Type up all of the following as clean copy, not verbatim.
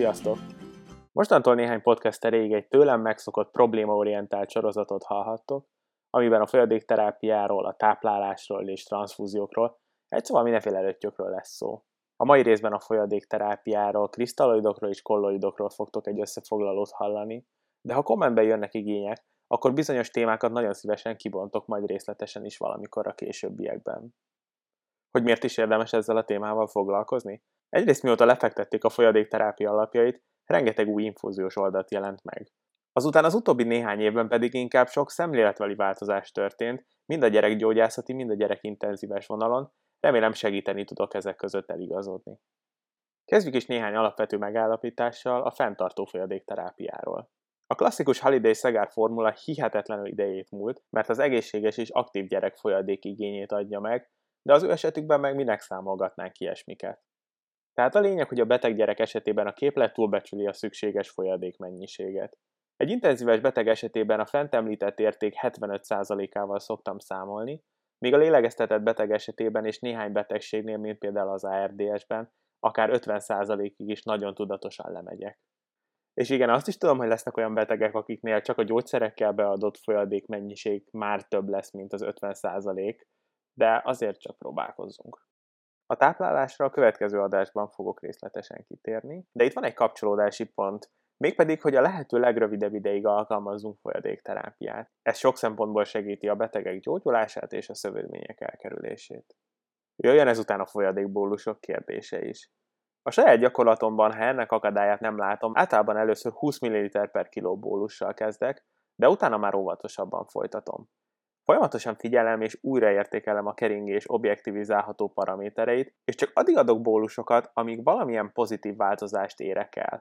Sziasztok! Mostantól néhány podcast erejéig egy tőlem megszokott problémaorientált sorozatot hallhattok, amiben a folyadékterápiáról, a táplálásról és transzfúziókról, egy szóval mindenféle röttyökről lesz szó. A mai részben a folyadékterápiáról, krisztalloidokról és kolloidokról fogtok egy összefoglalót hallani, de ha kommentben jönnek igények, akkor bizonyos témákat nagyon szívesen kibontok majd részletesen is valamikor a későbbiekben. Hogy miért is érdemes ezzel a témával foglalkozni? Egyrészt mióta lefektették a folyadékterápia alapjait, rengeteg új infúziós oldalt jelent meg. Azután az utóbbi néhány évben pedig inkább sok szemléletbeli változás történt, mind a gyerekgyógyászati, mind a gyerekintenzíves vonalon, remélem segíteni tudok ezek között eligazodni. Kezdjük is néhány alapvető megállapítással a fenntartó folyadékterápiáról. A klasszikus Halliday-Szegár formula hihetetlenül idejét múlt, mert az egészséges és aktív gyerek folyadék igényét adja meg, de az ő esetükben meg minek számolgatnánk ilyesmiket. Tehát a lényeg, hogy a beteg gyerek esetében a képlet túlbecsüli a szükséges folyadék mennyiséget. Egy intenzíves beteg esetében a fent említett érték 75%-ával szoktam számolni, míg a lélegeztetett beteg esetében és néhány betegségnél, mint például az ARDS-ben, akár 50%-ig is nagyon tudatosan lemegyek. És igen, azt is tudom, hogy lesznek olyan betegek, akiknél csak a gyógyszerekkel beadott folyadék mennyiség már több lesz, mint az 50%, de azért csak próbálkozzunk. A táplálásra a következő adásban fogok részletesen kitérni, de itt van egy kapcsolódási pont, mégpedig, hogy a lehető legrövidebb ideig alkalmazzunk folyadékterápiát. Ez sok szempontból segíti a betegek gyógyulását és a szövődmények elkerülését. Jöjjön ezután a folyadékbólusok kérdése is. A saját gyakorlatomban, ha ennek akadályát nem látom, általában először 20 ml per kiló bólussal kezdek, de utána már óvatosabban folytatom. Folyamatosan figyelem és újraértékelem a keringés objektivizálható paramétereit, és csak addig adok bólusokat, amíg valamilyen pozitív változást érek el.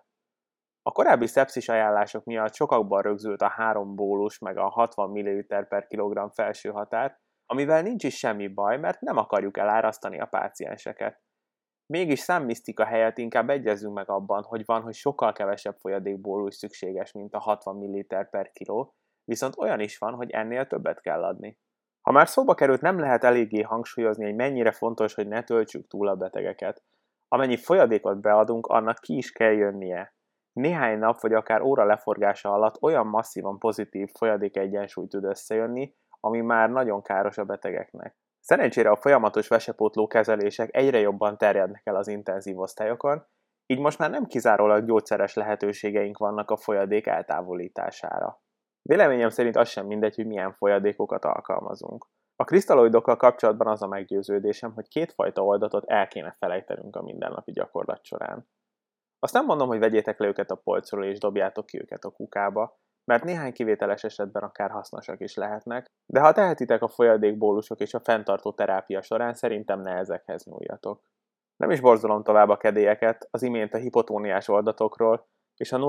A korábbi szepszis ajánlások miatt sokakban rögzült a 3 bólus meg a 60 ml per kilogramm felső határ, amivel nincs is semmi baj, mert nem akarjuk elárasztani a pácienseket. Mégis számmisztika helyett inkább egyezünk meg abban, hogy sokkal kevesebb folyadékbólus szükséges, mint a 60 ml per kiló, viszont olyan is van, hogy ennél többet kell adni. Ha már szóba került, nem lehet eléggé hangsúlyozni, hogy mennyire fontos, hogy ne töltsük túl a betegeket. Amennyi folyadékot beadunk, annak ki is kell jönnie. Néhány nap vagy akár óra leforgása alatt olyan masszívan pozitív folyadék egyensúly tud összejönni, ami már nagyon káros a betegeknek. Szerencsére a folyamatos vesepótló kezelések egyre jobban terjednek el az intenzív osztályokon, így most már nem kizárólag gyógyszeres lehetőségeink vannak a folyadék eltávolítására. Véleményem szerint az sem mindegy, hogy milyen folyadékokat alkalmazunk. A krisztalloidokkal kapcsolatban az a meggyőződésem, hogy kétfajta oldatot el kéne felejtenünk a mindennapi gyakorlat során. Azt nem mondom, hogy vegyétek le őket a polcról és dobjátok ki őket a kukába, mert néhány kivételes esetben akár hasznosak is lehetnek, de ha tehetitek a folyadékbólusok és a fenntartó terápia során, szerintem ne ezekhez nyúljatok. Nem is borzolom tovább a kedélyeket, az imént a hipotóniás oldatokról és a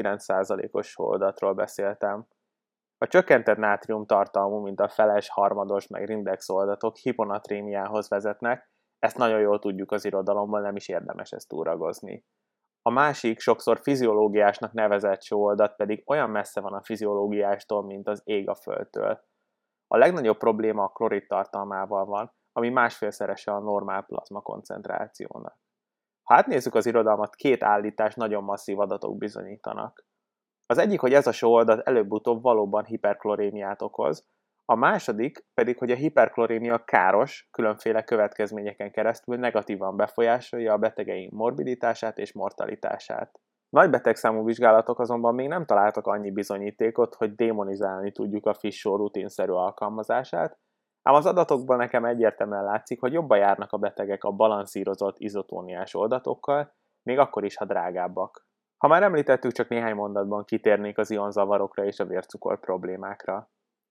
0,9%-os oldatról beszéltem. A csökkentett nátrium tartalmú, mint a feles, harmados meg rindex oldatok hiponatrémiához vezetnek, ezt nagyon jól tudjuk az irodalomban, nem is érdemes ezt túragozni. A másik, sokszor fiziológiásnak nevezett sóoldat pedig olyan messze van a fiziológiástól, mint az ég a földtől. A legnagyobb probléma a klorid tartalmával van, ami másfélszerese a normál plazma koncentrációnak. Ha átnézzük az irodalmat, 2 állítás nagyon masszív adatok bizonyítanak. Az egyik, hogy ez a sóoldat előbb-utóbb valóban hiperklorémiát okoz, a második pedig, hogy a hiperklorémia káros, különféle következményeken keresztül negatívan befolyásolja a betegeink morbiditását és mortalitását. Nagy betegszámú vizsgálatok azonban még nem találtak annyi bizonyítékot, hogy démonizálni tudjuk a fish só rutinszerű alkalmazását, ám az adatokból nekem egyértelműen látszik, hogy jobban járnak a betegek a balanszírozott izotóniás oldatokkal, még akkor is, ha drágábbak. Ha már említettük, csak néhány mondatban kitérnék az ionzavarokra és a vércukor problémákra.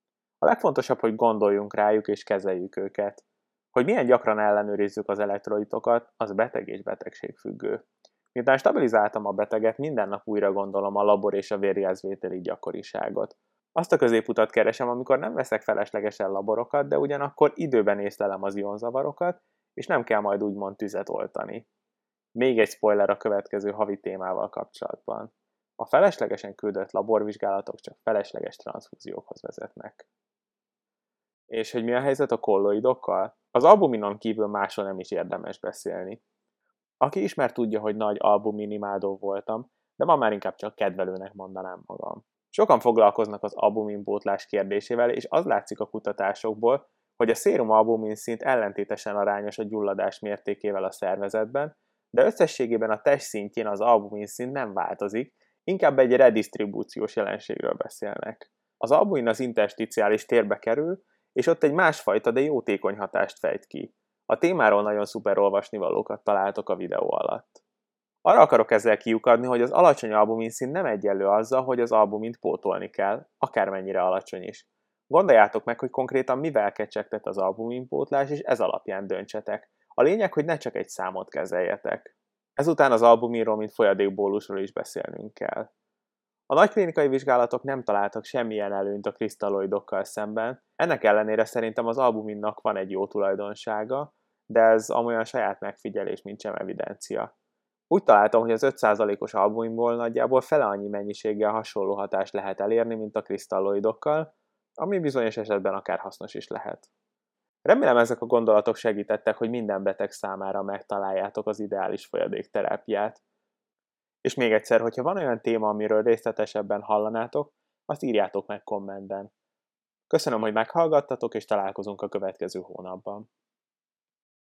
A legfontosabb, hogy gondoljunk rájuk és kezeljük őket. Hogy milyen gyakran ellenőrizzük az elektrolitokat, az beteg és betegség függő. Miután stabilizáltam a beteget, minden nap újra gondolom a labor és a vérjelzvételi gyakoriságot. Azt a középutat keresem, amikor nem veszek feleslegesen laborokat, de ugyanakkor időben észlelem az ionzavarokat, és nem kell majd úgymond tüzet oltani. Még egy spoiler a következő havi témával kapcsolatban. A feleslegesen küldött laborvizsgálatok csak felesleges transzfúziókhoz vezetnek. És hogy mi a helyzet a kolloidokkal? Az albuminon kívül másról nem is érdemes beszélni. Aki ismer, tudja, hogy nagy albuminimádó voltam, de ma már inkább csak kedvelőnek mondanám magam. Sokan foglalkoznak az albuminpótlás kérdésével, és az látszik a kutatásokból, hogy a szérumalbumin szint ellentétesen arányos a gyulladás mértékével a szervezetben, de összességében a test szintjén az albumin szint nem változik, inkább egy redisztribúciós jelenségről beszélnek. Az albumin az intersticiális térbe kerül, és ott egy másfajta, de jótékony hatást fejt ki. A témáról nagyon szuper olvasnivalókat találtok a videó alatt. Arra akarok ezzel kiukadni, hogy az alacsony albumin szint nem egyenlő azzal, hogy az albumint pótolni kell, akármennyire alacsony is. Gondoljátok meg, hogy konkrétan mivel kecsegtet az albuminpótlás, és ez alapján döntsetek. A lényeg, hogy ne csak egy számot kezeljetek. Ezután az albuminról, mint folyadékbólusról is beszélnünk kell. A nagyklinikai vizsgálatok nem találtak semmilyen előnyt a krisztalloidokkal szemben, ennek ellenére szerintem az albuminnak van egy jó tulajdonsága, de ez amolyan saját megfigyelés, mint sem evidencia. Úgy találtam, hogy az 5%-os albuminból nagyjából fele annyi mennyiséggel hasonló hatást lehet elérni, mint a krisztalloidokkal, ami bizonyos esetben akár hasznos is lehet. Remélem ezek a gondolatok segítettek, hogy minden beteg számára megtaláljátok az ideális folyadékterápiát. És még egyszer, hogyha van olyan téma, amiről részletesebben hallanátok, azt írjátok meg kommentben. Köszönöm, hogy meghallgattatok, és találkozunk a következő hónapban.